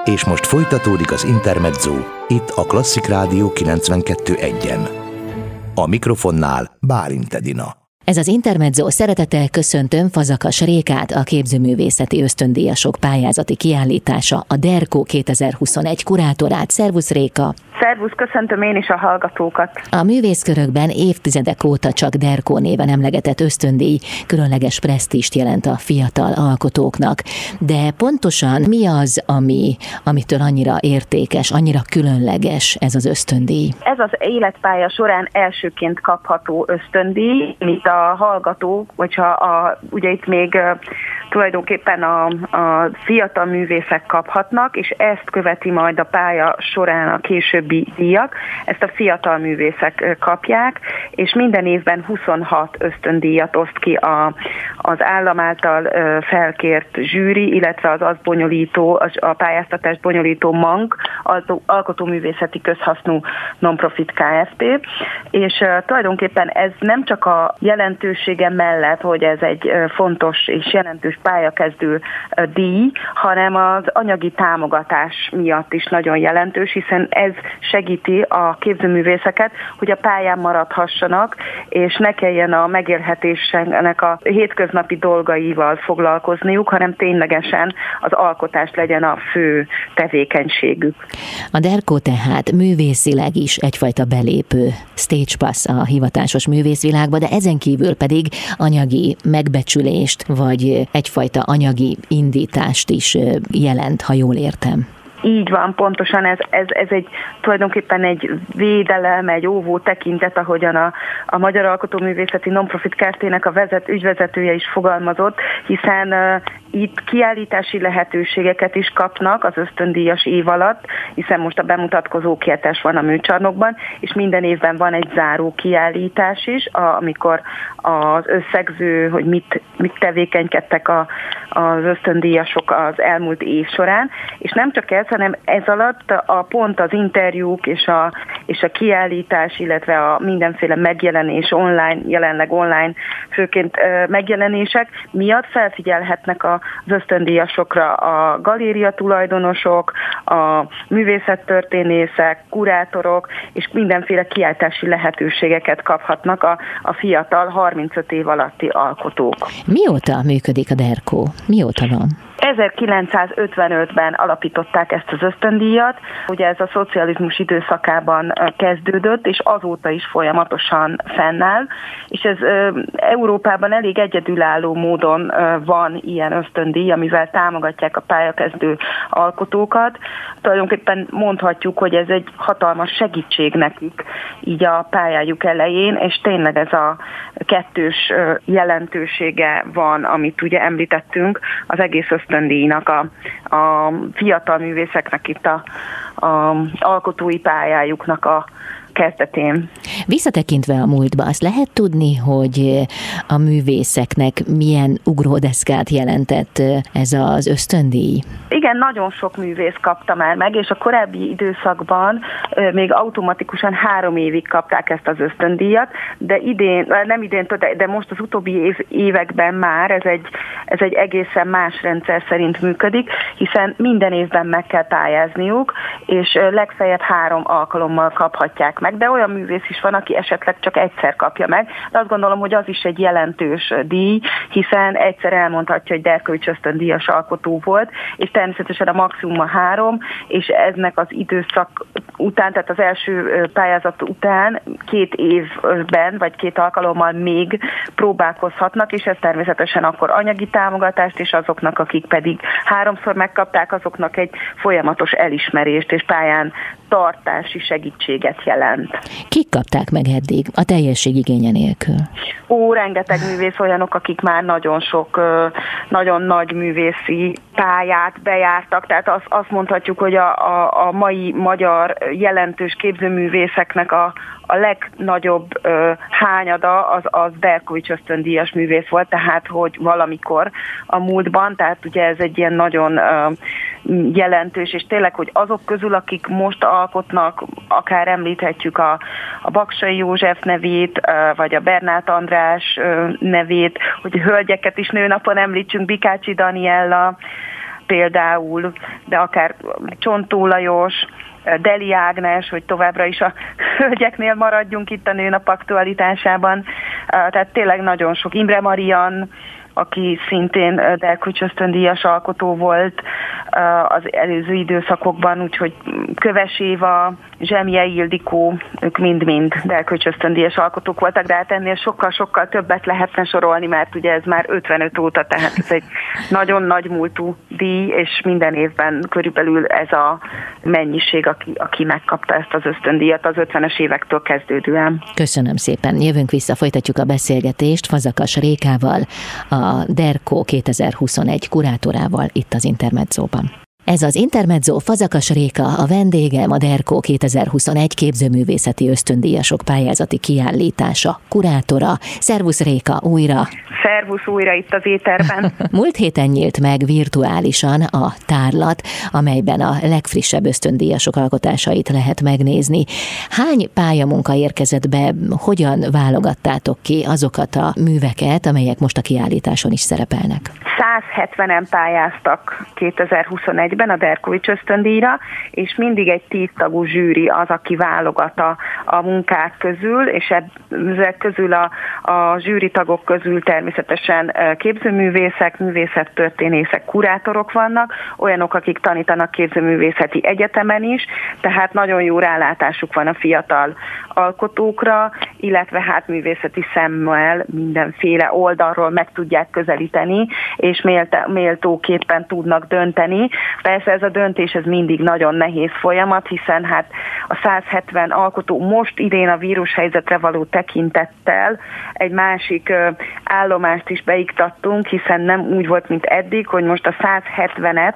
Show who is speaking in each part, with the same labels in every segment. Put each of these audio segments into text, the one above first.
Speaker 1: És most folytatódik az Intermezzo, itt a Klasszik Rádió 92.1-en. A mikrofonnál Bálint Edina.
Speaker 2: Ez az Intermezzo, szeretettel köszöntöm Fazakas Rékát, a képzőművészeti ösztöndíjasok pályázati kiállítása, a DERKO 2021 kurátorát. Szervusz Réka!
Speaker 3: Szervusz, köszöntöm én is a hallgatókat!
Speaker 2: A művészkörökben évtizedek óta csak DERKO néven emlegetett ösztöndíj különleges presztízst jelent a fiatal alkotóknak. De pontosan mi az, amitől annyira értékes, annyira különleges ez az ösztöndíj?
Speaker 3: Ez az életpálya során elsőként kapható ösztöndíj, mint a hallgatók, ugye itt még tulajdonképpen a fiatal művészek kaphatnak, és ezt követi majd a pálya során a későbbi díjak. Ezt a fiatal művészek kapják, és minden évben 26 ösztöndíjat oszt ki az állam által felkért zsűri, illetve az azt bonyolító, a pályáztatást bonyolító MANK, az Alkotóművészeti Közhasznú Nonprofit Kft. És tulajdonképpen ez nem csak a jelentősége mellett, hogy ez egy fontos és jelentős pályakezdő díj, hanem az anyagi támogatás miatt is nagyon jelentős, hiszen ez segíti a képzőművészeket, hogy a pályán maradhassanak, és ne kelljen a megélhetésnek a hétköznapi dolgaival foglalkozniuk, hanem ténylegesen az alkotás legyen a fő tevékenységük.
Speaker 2: A DERKO tehát művészileg is egyfajta belépő, stage pass a hivatásos művészvilágba, de ezen kívül pedig anyagi megbecsülést, vagy egyfajta anyagi indítást is jelent, ha jól értem.
Speaker 3: Így van, pontosan ez tulajdonképpen egy védelem, egy óvó tekintet, ahogyan a Magyar Alkotóművészeti Nonprofit Kft-nek a ügyvezetője is fogalmazott, hiszen itt kiállítási lehetőségeket is kapnak az ösztöndíjas év alatt, hiszen most a bemutatkozó kiállítás van a műcsarnokban, és minden évben van egy záró kiállítás is, amikor az összegző, hogy mit tevékenykedtek az ösztöndíjasok az elmúlt év során, és nem csak ez, hanem ez alatt pont az interjúk és a kiállítás, illetve a mindenféle megjelenés online, jelenleg online főként megjelenések miatt felfigyelhetnek az ösztöndíjasokra a galéria tulajdonosok, a művészettörténészek, kurátorok, és mindenféle kiállítási lehetőségeket kaphatnak a fiatal 35 év alatti alkotók.
Speaker 2: Mióta működik a DERKO? Mióta van?
Speaker 3: 1955-ben alapították ezt az ösztöndíjat, ugye ez a szocializmus időszakában kezdődött, és azóta is folyamatosan fennáll, és ez Európában elég egyedülálló módon van ilyen ösztöndíj, amivel támogatják a pályakezdő alkotókat. Tulajdonképpen mondhatjuk, hogy ez egy hatalmas segítség nekik így a pályájuk elején, és tényleg ez a kettős jelentősége van, amit ugye említettünk, az egész ösztöndíjnak a fiatal művészeknek itt a alkotói pályájuknak a kezdetén.
Speaker 2: Visszatekintve a múltba, azt lehet tudni, hogy a művészeknek milyen ugródeszkát jelentett ez az ösztöndíj?
Speaker 3: Igen, nagyon sok művész kapta már meg, és a korábbi időszakban még automatikusan 3 évig kapták ezt az ösztöndíjat, de de most az utóbbi években már ez egy egészen más rendszer szerint működik, hiszen minden évben meg kell pályázniuk, és legfeljebb 3 alkalommal kaphatják meg, de olyan művész is van, aki esetleg csak egyszer kapja meg, de azt gondolom, hogy az is egy jelentős díj, hiszen egyszer elmondhatja, hogy Derkovics ösztöndíjas alkotó volt, és természetesen a maximum a 3, és eznek az időszak után, tehát az első pályázat után 2 évben, vagy 2 alkalommal még próbálkozhatnak, és ez természetesen akkor anyagi támogatást, és azoknak, akik pedig 3-szor megkapták, azoknak egy folyamatos elismerést és pályán tartási segítséget jelent.
Speaker 2: Kik kapták meg eddig a teljesség igénye nélkül?
Speaker 3: Rengeteg művész, olyanok, akik már nagyon sok, nagyon nagy művészi pályát bejártak, tehát azt mondhatjuk, hogy a mai magyar jelentős képzőművészeknek a legnagyobb hányada az Berkovics ösztöndíjas művész volt, tehát hogy valamikor a múltban, tehát ugye ez egy ilyen nagyon jelentős, és tényleg, hogy azok közül, akik most alkotnak, akár említhetjük a Baksay József nevét, vagy a Bernát András nevét, hogy hölgyeket is nőnapon említsünk, Bikácsi Daniella, például, de akár Csontó Lajos, Deli Ágnes, hogy továbbra is a hölgyeknél maradjunk itt a nőnap aktualitásában. Tehát tényleg nagyon sok. Imre Marian, aki szintén Derkőcs ösztöndíjas alkotó volt az előző időszakokban, úgyhogy Köves Éva, Zsemje Ildikó, ők mind-mind Derkőcs ösztöndíjas alkotók voltak, de hát ennél sokkal-sokkal többet lehetne sorolni, mert ugye ez már 55 óta, tehát ez egy nagyon nagy múltú díj, és minden évben körülbelül ez a mennyiség, aki megkapta ezt az ösztöndíjat az 50-es évektől kezdődően.
Speaker 2: Köszönöm szépen. Jövünk vissza, folytatjuk a beszélgetést Fazakas Rékával, a Derkó 2021 kurátorával itt az Intermedzóban. Ez az Intermezzo, Fazakas Réka, a vendégem, a Derkó 2021 képzőművészeti ösztöndíjasok pályázati kiállítása kurátora. Szervusz Réka, újra!
Speaker 3: Szervusz újra itt az éterben!
Speaker 2: Múlt héten nyílt meg virtuálisan a tárlat, amelyben a legfrissebb ösztöndíjasok alkotásait lehet megnézni. Hány pályamunka érkezett be, hogyan válogattátok ki azokat a műveket, amelyek most a kiállításon is szerepelnek?
Speaker 3: 170-en pályáztak 2021-ben a Derkovics ösztöndíjra, és mindig egy 10 tagú zsűri az, aki válogat a munkák közül, és ezek közül a zsűri tagok közül természetesen képzőművészek, művészettörténészek, kurátorok vannak, olyanok, akik tanítanak képzőművészeti egyetemen is, tehát nagyon jó rálátásuk van a fiatal alkotókra, illetve hát művészeti szemmel mindenféle oldalról meg tudják közelíteni, és méltóképpen tudnak dönteni. Persze ez a döntés ez mindig nagyon nehéz folyamat, hiszen hát a 170 alkotó most idén a vírushelyzetre való tekintettel egy másik állomást is beiktattunk, hiszen nem úgy volt, mint eddig, hogy most a 170-et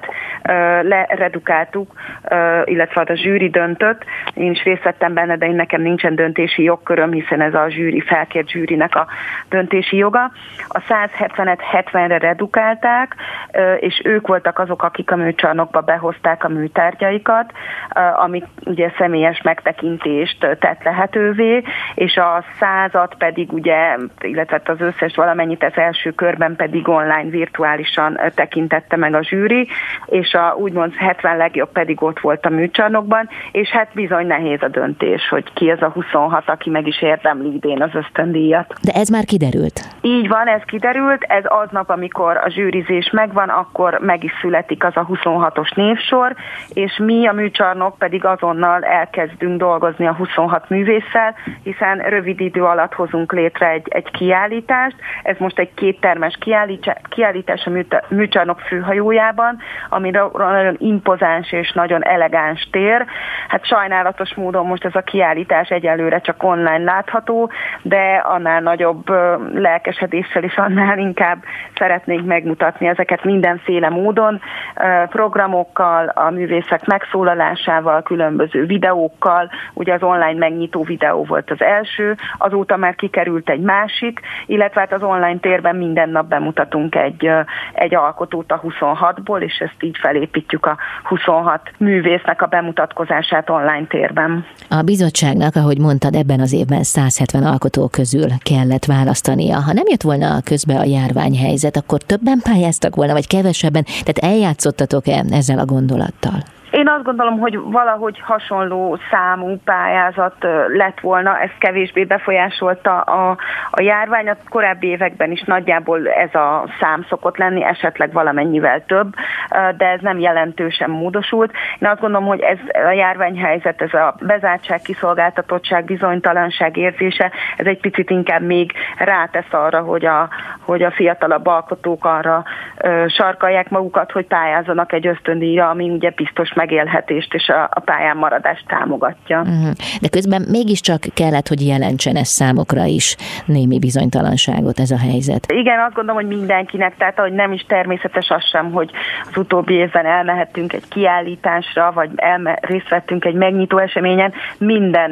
Speaker 3: leredukáltuk, illetve a zsűri döntött. Én is részt vettem benne, de nekem nincsen döntési jogköröm, hiszen ez a zsűri, felkért zsűrinek a döntési joga. A 170-et 70-re redukálták, és ők voltak azok, akik a műcsarnokba behozták a műtárgyaikat, amik ugye személyes megtekintést tett lehetővé, és a 100-at pedig ugye, illetve az összes valamennyit az első körben pedig online virtuálisan tekintette meg a zsűri, és a úgymond 70 legjobb pedig ott volt a műcsarnokban, és hát bizony nehéz a döntés, hogy ki az a 26, aki meg is érdemli idén az ösztöndíjat.
Speaker 2: De ez már kiderült?
Speaker 3: Így van, ez kiderült, ez aznap, amikor a zsűrizés megvan, akkor meg is születik az a 26-os névsor, és mi a műcsarnok pedig azonnal elkezdünk dolgozni a 26 művésszel, hiszen rövid idő alatt hozunk létre egy kiállítást. Ez most egy 2 termes kiállítás a műcsarnok főhajójában, ami nagyon impozáns és nagyon elegáns tér. Hát sajnálatos módon most ez a kiállítás egyelőre csak online látható, de annál nagyobb lelkesedéssel és annál inkább szeretnénk megmutatni ezeket mindenféle módon, programokkal, a művészek megszólalásával, különböző videókkal. Ugye az online megnyitó videó volt az első, azóta már kikerült egy másik, illetve hát az online térben minden nap bemutatunk egy alkotót a 26-ból, és ezt így felépítjük a 26 művésznek a bemutatkozását online térben.
Speaker 2: A bizottságnak, ahogy mondtad, ebben az évben 170 alkotó közül kellett választania. Ha nem jött volna közbe a járványhelyzet, akkor többen pályáztak volna, vagy kevesebben? Tehát eljátszottatok-e ezzel a gondolattal?
Speaker 3: Én azt gondolom, hogy valahogy hasonló számú pályázat lett volna, ez kevésbé befolyásolta a járvány. A korábbi években is nagyjából ez a szám szokott lenni, esetleg valamennyivel több, de ez nem jelentősen módosult. Én azt gondolom, hogy ez a járványhelyzet, ez a bezártság, kiszolgáltatottság, bizonytalanság érzése, ez egy picit inkább még rátesz arra, hogy a fiatalabb alkotók arra sarkalják magukat, hogy pályázzanak egy ösztöndíjra, ami ugye biztos megélhetést és a pályán maradást támogatja.
Speaker 2: De közben mégiscsak kellett, hogy jelentsen ez számokra is némi bizonytalanságot ez a helyzet.
Speaker 3: Igen, azt gondolom, hogy mindenkinek, tehát hogy nem is természetes az sem, hogy az utóbbi évben elmehettünk egy kiállításra, vagy részt vettünk egy megnyitó eseményen, minden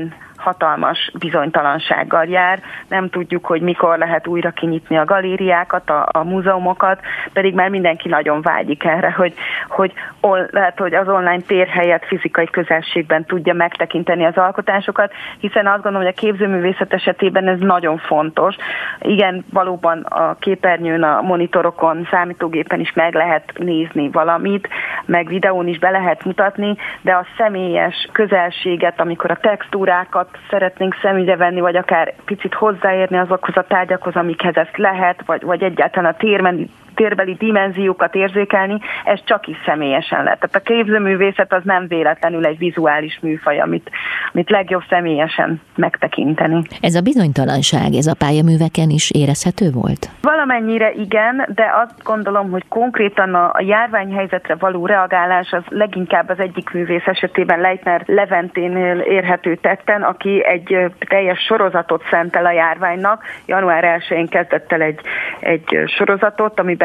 Speaker 3: hatalmas bizonytalansággal jár. Nem tudjuk, hogy mikor lehet újra kinyitni a galériákat, a múzeumokat, pedig már mindenki nagyon vágyik erre, hogy lehet, hogy az online tér helyett fizikai közelségben tudja megtekinteni az alkotásokat, hiszen azt gondolom, hogy a képzőművészet esetében ez nagyon fontos. Igen, valóban a képernyőn, a monitorokon, számítógépen is meg lehet nézni valamit, meg videón is be lehet mutatni, de a személyes közelséget, amikor a textúrákat szeretnénk szemügyre venni, vagy akár picit hozzáérni azokhoz a tárgyakhoz, amikhez ezt lehet, vagy egyáltalán a térbeli dimenziókat érzékelni, ez csak is személyesen lehet. Tehát a képzőművészet az nem véletlenül egy vizuális műfaj, amit legjobb személyesen megtekinteni.
Speaker 2: Ez a bizonytalanság, ez a pályaműveken is érezhető volt?
Speaker 3: Valamennyire igen, de azt gondolom, hogy konkrétan a járványhelyzetre való reagálás az leginkább az egyik művész esetében Leitner Leventénél érhető tetten, aki egy teljes sorozatot szentel a járványnak. Január 1-én kezdett el egy sorozatot, amiben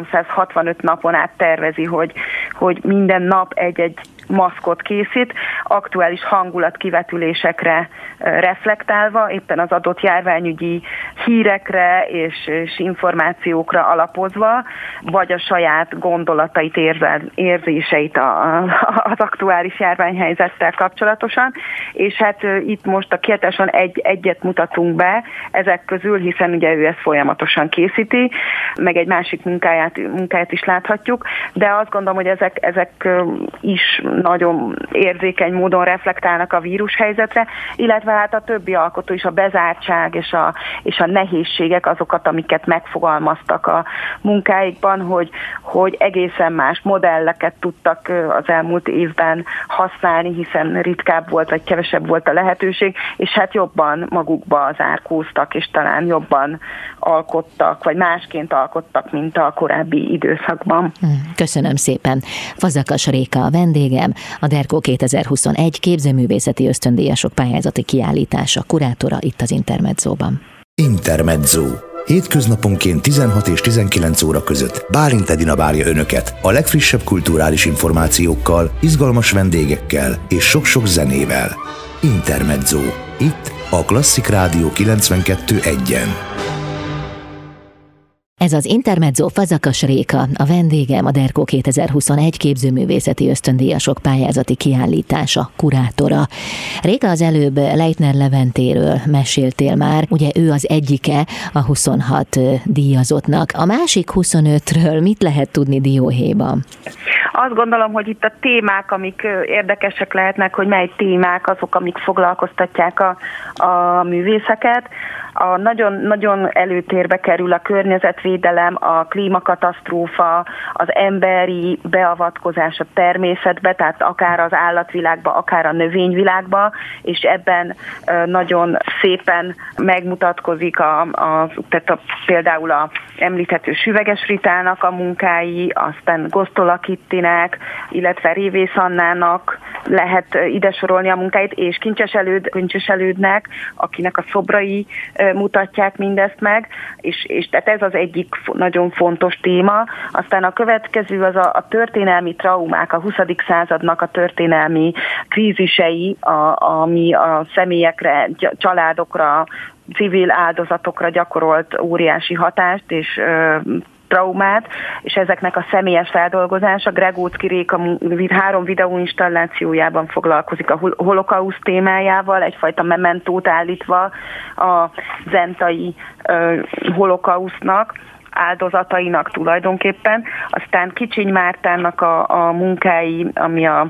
Speaker 3: 365 napon át tervezi, hogy minden nap egy maszkot készít, aktuális hangulatkivetülésekre reflektálva, éppen az adott járványügyi hírekre és információkra alapozva, vagy a saját gondolatait, érzéseit az aktuális járványhelyzettel kapcsolatosan, és hát itt most a kiállításon egyet mutatunk be ezek közül, hiszen ugye ő ezt folyamatosan készíti, meg egy másik munkáját is láthatjuk, de azt gondolom, hogy ezek is nagyon érzékeny módon reflektálnak a vírushelyzetre, illetve hát a többi alkotó is, a bezártság és a nehézségek azokat, amiket megfogalmaztak a munkáikban, hogy egészen más modelleket tudtak az elmúlt évben használni, hiszen ritkább volt, vagy kevesebb volt a lehetőség, és hát jobban magukba zárkóztak, és talán jobban alkottak, vagy másként alkottak, mint a korábbi időszakban.
Speaker 2: Köszönöm szépen. Fazekas Réka a vendégem, a Derkó 2021 képzőművészeti ösztöndíjasok pályázati kiállítása kurátora itt az Intermedzóban.
Speaker 1: Intermezzo. Hétköznaponként 16 és 19 óra között Bálint Edina várja Önöket a legfrissebb kulturális információkkal, izgalmas vendégekkel és sok-sok zenével. Intermezzo. Itt a Klasszik Rádió 92.1-en.
Speaker 2: Ez az Intermezzo, Fazekas Réka, a vendégem, a Derkó 2021 képzőművészeti ösztöndíjasok pályázati kiállítása kurátora. Réka, az előbb Leitner Leventéről meséltél már, ugye ő az egyike a 26 díjazottnak. A másik 25-ről mit lehet tudni dióhéjban?
Speaker 3: Azt gondolom, hogy itt a témák, amik érdekesek lehetnek, hogy mely témák azok, amik foglalkoztatják a művészeket. Nagyon előtérbe kerül a környezetvédelem, a klímakatasztrófa, az emberi beavatkozás a természetbe, tehát akár az állatvilágba, akár a növényvilágba, és ebben nagyon szépen megmutatkozik például a említhető Süveges Ritának a munkái, aztán Gosztola Kittinek, illetve Révész Annának lehet ide sorolni a munkáit, és Kincses Elődnek, akinek a szobrai mutatják mindezt meg, és tehát ez az egyik nagyon fontos téma. Aztán a következő az a történelmi traumák, a 20. századnak a történelmi krízisei, ami a személyekre, családokra, civil áldozatokra gyakorolt óriási hatást és traumát, és ezeknek a személyes feldolgozása. Gregóczky Réka 3 videóinstallációjában foglalkozik a holokauszt témájával, egyfajta mementót állítva a zentai holokausztnak, áldozatainak tulajdonképpen. Aztán Kicsiny Mártának a munkái, ami a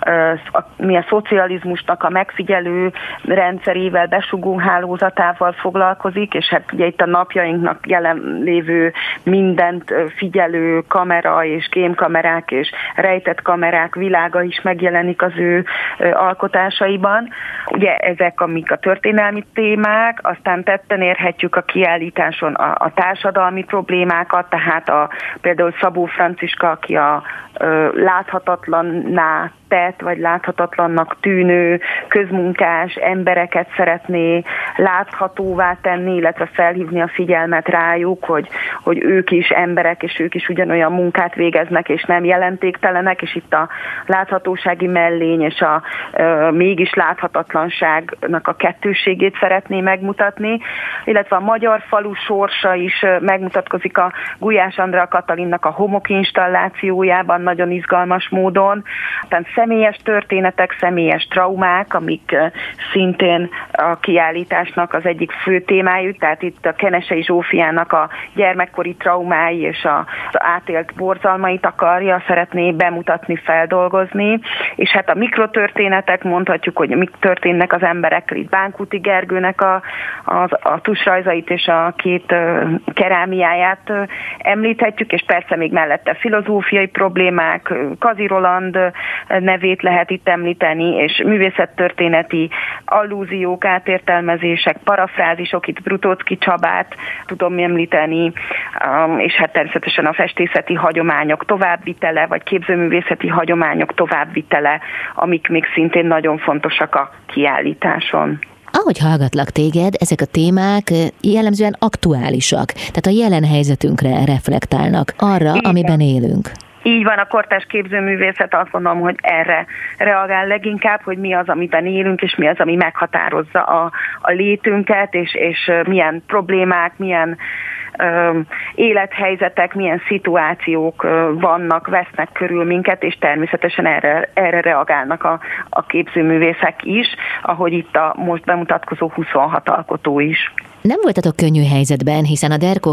Speaker 3: szocializmusnak a megfigyelő rendszerével, besugó hálózatával foglalkozik, és hát ugye itt a napjainknak jelen lévő mindent figyelő kamera és kémkamerák és rejtett kamerák világa is megjelenik az ő alkotásaiban. Ugye ezek, amik a történelmi témák, aztán tetten érhetjük a kiállításon a társadalmi problémákat, tehát például Szabó Franciska, aki a láthatatlanná tett, vagy láthatatlannak tűnő közmunkás embereket szeretné láthatóvá tenni, illetve felhívni a figyelmet rájuk, hogy ők is emberek, és ők is ugyanolyan munkát végeznek, és nem jelentéktelenek, és itt a láthatósági mellény és a mégis láthatatlanságnak a kettőségét szeretné megmutatni, illetve a magyar falu sorsa is megmutatkozik a Gulyás Andrea Katalinnak a homok installációjában nagyon izgalmas módon. Tehát személyes történetek, személyes traumák, amik szintén a kiállításnak az egyik fő témájuk, tehát itt a Kenesei Zsófiának a gyermekkori traumái és az átélt borzalmait szeretné bemutatni, feldolgozni, és hát a mikrotörténetek, mondhatjuk, hogy mik történnek az emberekkel, itt Bánkúti Gergőnek a tusrajzait és a két kerámiáját említhetjük, és persze még mellette filozófiai problémák, Kazi Roland nevét lehet itt említeni, és művészettörténeti allúziók, átértelmezések, parafrázisok, itt Brutóczky Csabát tudom említeni, és hát természetesen a festészeti hagyományok továbbvitele, vagy képzőművészeti hagyományok továbbvitele, amik még szintén nagyon fontosak a kiállításon.
Speaker 2: Ahogy hallgatlak téged, ezek a témák jellemzően aktuálisak, tehát a jelen helyzetünkre reflektálnak, arra, amiben élünk.
Speaker 3: Így van, a kortárs képzőművészet, azt gondolom, hogy erre reagál leginkább, hogy mi az, amiben élünk, és mi az, ami meghatározza a létünket, és milyen problémák, milyen élethelyzetek, milyen szituációk vesznek körül minket, és természetesen erre reagálnak a képzőművészek is, ahogy itt a most bemutatkozó 26 alkotó is.
Speaker 2: Nem voltatok könnyű helyzetben, hiszen a Derko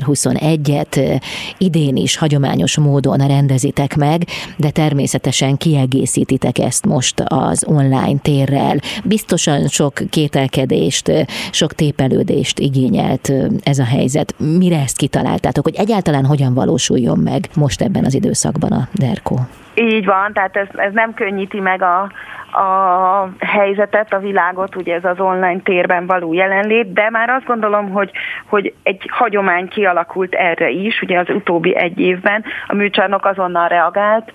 Speaker 2: 2021-et idén is hagyományos módon rendezitek meg, de természetesen kiegészítitek ezt most az online térrel. Biztosan sok kételkedést, sok tépelődést igényelt ez a helyzet. Mire ezt kitaláltátok, hogy egyáltalán hogyan valósuljon meg most ebben az időszakban a Derko?
Speaker 3: Így van, tehát ez nem könnyíti meg a helyzetet, a világot, ugye ez az online térben való jelenlét, de már azt gondolom, hogy egy hagyomány kialakult erre is, ugye az utóbbi egy évben a műcsarnok azonnal reagált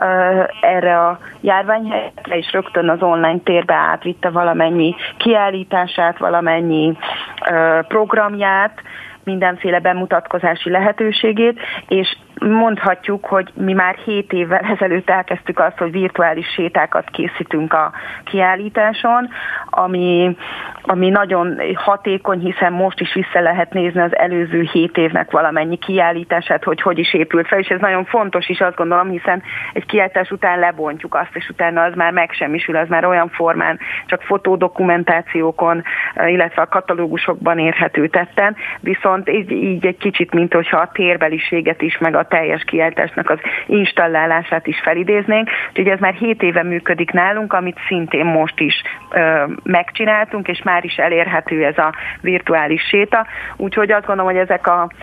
Speaker 3: erre a járványhelyzetre, és rögtön az online térbe átvitte valamennyi kiállítását, valamennyi programját, mindenféle bemutatkozási lehetőségét, és mondhatjuk, hogy mi már 7 évvel ezelőtt elkezdtük azt, hogy virtuális sétákat készítünk a kiállításon, ami nagyon hatékony, hiszen most is vissza lehet nézni az előző 7 évnek valamennyi kiállítását, hogy is épült fel, és ez nagyon fontos is, azt gondolom, hiszen egy kiállítás után lebontjuk azt, és utána az már megsemmisül, az már olyan formán, csak fotódokumentációkon, illetve a katalógusokban érhető tetten, viszont így egy kicsit, mint hogyha a térbeliséget is, meg a teljes kiállításnak az installálását is felidéznénk. Úgyhogy ez már 7 éve működik nálunk, amit szintén most is megcsináltunk, és már is elérhető ez a virtuális séta. Úgyhogy azt gondolom, hogy ezek a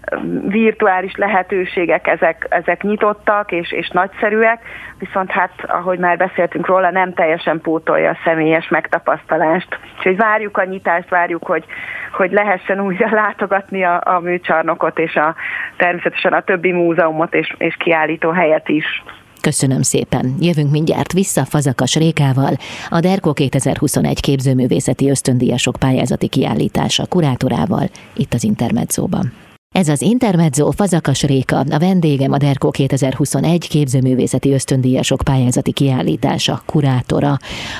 Speaker 3: virtuális lehetőségek, ezek nyitottak és nagyszerűek, viszont hát, ahogy már beszéltünk róla, nem teljesen pótolja a személyes megtapasztalást. Úgyhogy várjuk a nyitást, várjuk, hogy lehessen újra látogatni a műcsarnokot, és természetesen a többi múzeumot és kiállító helyet is.
Speaker 2: Köszönöm szépen. Jövünk mindjárt vissza Fazakas Rékával, a Derko 2021 képzőművészeti ösztöndíjasok pályázati kiállítása kurátorával itt az Intermedzóban. Ez az Intermezzo, Fazakas Réka, a vendégem, a Derko 2021 képzőművészeti ösztöndíjasok pályázati kiállítása kurátora.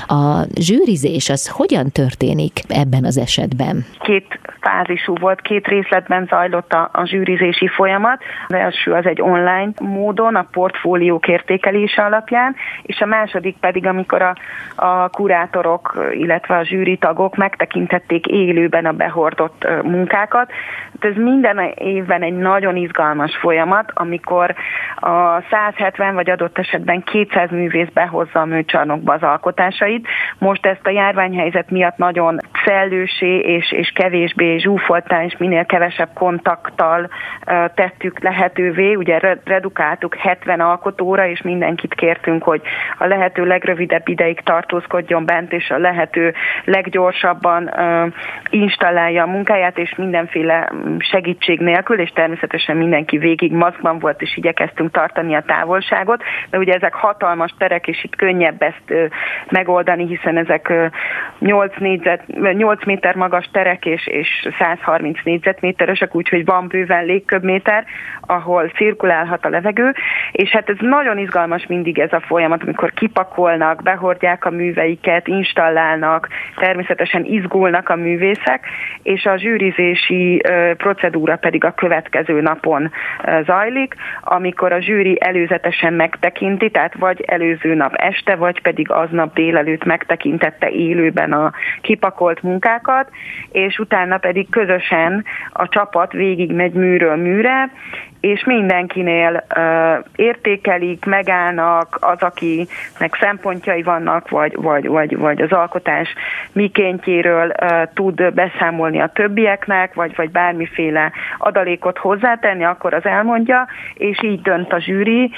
Speaker 2: A zsűrizés az hogyan történik ebben az esetben? 2
Speaker 3: fázisú volt, 2 részletben zajlott a zsűrizési folyamat. Az első az egy online módon, a portfóliók értékelése alapján, és a második pedig, amikor a kurátorok, illetve a zsűritagok megtekintették élőben a behordott munkákat. Ez minden évben egy nagyon izgalmas folyamat, amikor a 170 vagy adott esetben 200 művész behozza a műcsarnokba az alkotásait. Most ezt a járványhelyzet miatt nagyon szellősé és kevésbé zsúfoltán és minél kevesebb kontakttal tettük lehetővé. Ugye redukáltuk 70 alkotóra, és mindenkit kértünk, hogy a lehető legrövidebb ideig tartózkodjon bent, és a lehető leggyorsabban installálja a munkáját, és mindenféle segítség nélkül, és természetesen mindenki végig maszkban volt, és igyekeztünk tartani a távolságot, de ugye ezek hatalmas terek, és itt könnyebb ezt megoldani, hiszen ezek 8 méter magas terek, és 130 négyzetméteresek, úgyhogy van bőven légköbméter, ahol cirkulálhat a levegő, és hát ez nagyon izgalmas mindig ez a folyamat, amikor kipakolnak, behordják a műveiket, installálnak, természetesen izgulnak a művészek, és a zsűrizési procedúra pedig a következő napon zajlik, amikor a zsűri előzetesen megtekinti, tehát vagy előző nap este, vagy pedig aznap délelőtt megtekintette élőben a kipakolt munkákat, és utána pedig közösen a csapat végigmegy műről műre, és mindenkinél értékelik, megállnak az, akinek szempontjai vannak, vagy az alkotás mikéntjéről tud beszámolni a többieknek, vagy bármiféle adalékot hozzátenni, akkor az elmondja, és így dönt a zsűri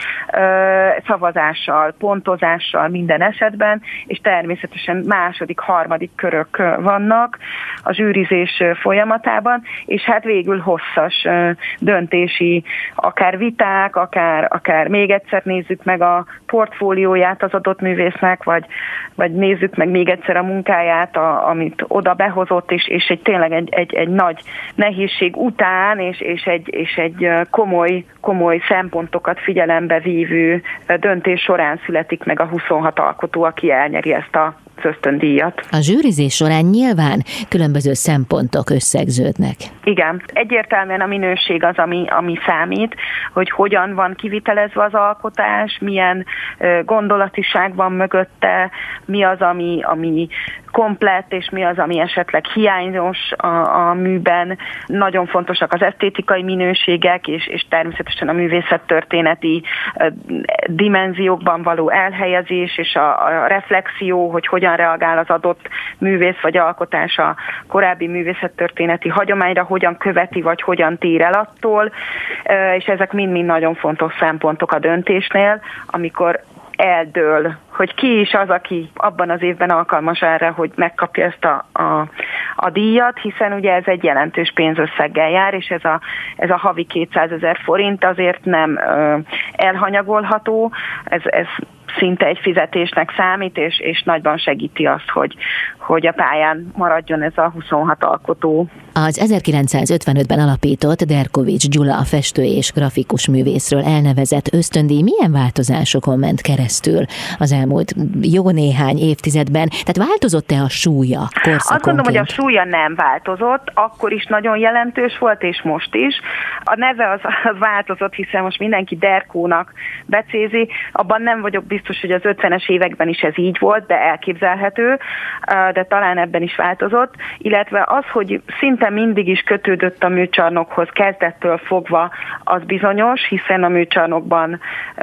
Speaker 3: szavazással, pontozással minden esetben, és természetesen második, harmadik körök vannak a zsűrizés folyamatában, és hát végül hosszas döntési akár viták, akár még egyszer nézzük meg a portfólióját az adott művésznek, vagy nézzük meg még egyszer a munkáját, amit oda behozott, és tényleg egy nagy nehézség után, és egy komoly szempontokat figyelembe vívő döntés során születik meg a 26 alkotó, aki elnyeri ezt az ösztöndíjat.
Speaker 2: A zsűrizés során nyilván különböző szempontok összegződnek.
Speaker 3: Igen, egyértelműen a minőség az, ami számít, hogy hogyan van kivitelezve az alkotás, milyen gondolatiság van mögötte, mi az, ami komplett, és mi az, ami esetleg hiányos a műben. Nagyon fontosak az esztétikai minőségek, és természetesen a művészettörténeti dimenziókban való elhelyezés, és a reflexió, hogy hogyan reagál az adott művész vagy alkotás a korábbi művészettörténeti hagyományra, hogyan követi, vagy hogyan tér el attól, és ezek mind-mind nagyon fontos szempontok a döntésnél, amikor eldől, hogy ki is az, aki abban az évben alkalmas erre, hogy megkapja ezt a díjat, hiszen ugye ez egy jelentős pénzösszeggel jár, és ez a havi 200 000 forint azért nem elhanyagolható, ez szinte egy fizetésnek számít, és nagyban segíti azt, hogy a pályán maradjon ez a 26 alkotó.
Speaker 2: Az 1955-ben alapított Derkovits Gyula, a festő és grafikus művészről elnevezett ösztöndíj milyen változásokon ment keresztül az elmúlt jó néhány évtizedben? Tehát változott-e a súlya korszakonként?
Speaker 3: Azt gondolom, hogy a súlya nem változott, akkor is nagyon jelentős volt, és most is. A neve az változott, hiszen most mindenki Derkónak becézi. Abban nem vagyok biztos, hogy az 50-es években is ez így volt, de elképzelhető, de talán ebben is változott, illetve az, hogy szinte mindig is kötődött a műcsarnokhoz kezdettől fogva, az bizonyos, hiszen a műcsarnokban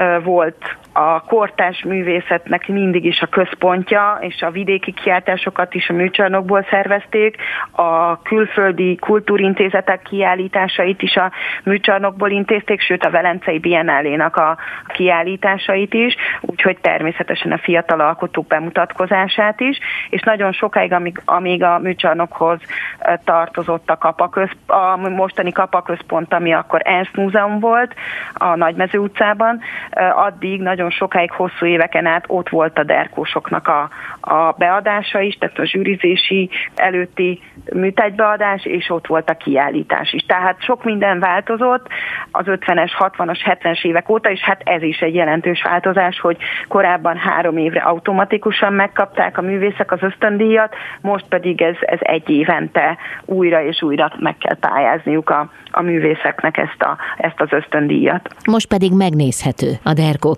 Speaker 3: volt a kortárs művészetnek mindig is a központja, és a vidéki kiállításokat is a műcsarnokból szervezték, a külföldi kultúrintézetek kiállításait is a műcsarnokból intézték, sőt a Velencei Biennálénak a kiállításait is, úgyhogy természetesen a fiatal alkotók bemutatkozását is, és nagyon sokáig, amíg a műcsarnokhoz tartozott a mostani kapaközpont, ami akkor Ernst Múzeum volt a Nagymező utcában, addig nagyon sokáig, hosszú éveken át ott volt a derkósoknak a beadása is, tehát a zsűrizési előtti műtárgybeadás, és ott volt a kiállítás is. Tehát sok minden változott az 50-es, 60-as, 70-es évek óta, és hát ez is egy jelentős változás, hogy korábban 3 évre automatikusan megkapták a művészek az ösztöndíjat, most pedig ez egy évente újra és újra meg kell pályázniuk a művészeknek ezt az ösztöndíjat.
Speaker 2: Most pedig megnézhető a Derkó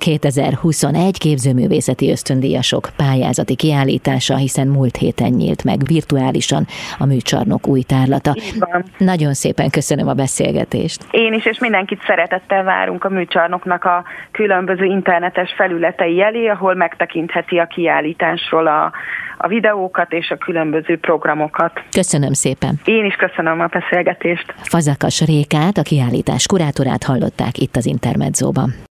Speaker 2: 2021 képzőművészeti ösztöndíjasok pályázati kiállítása, hiszen múlt héten nyílt meg virtuálisan a műcsarnok új tárlata. Nagyon szépen köszönöm a beszélgetést.
Speaker 3: Én is, és mindenkit szeretettel várunk a műcsarnoknak a különböző internetes felületei elé, ahol megtekintheti a kiállításról a videókat és a különböző programokat.
Speaker 2: Köszönöm szépen.
Speaker 3: Én is köszönöm a beszélgetést.
Speaker 2: Fazekas Rékát, a kiállítás kurátorát hallották itt az Intermedzóban.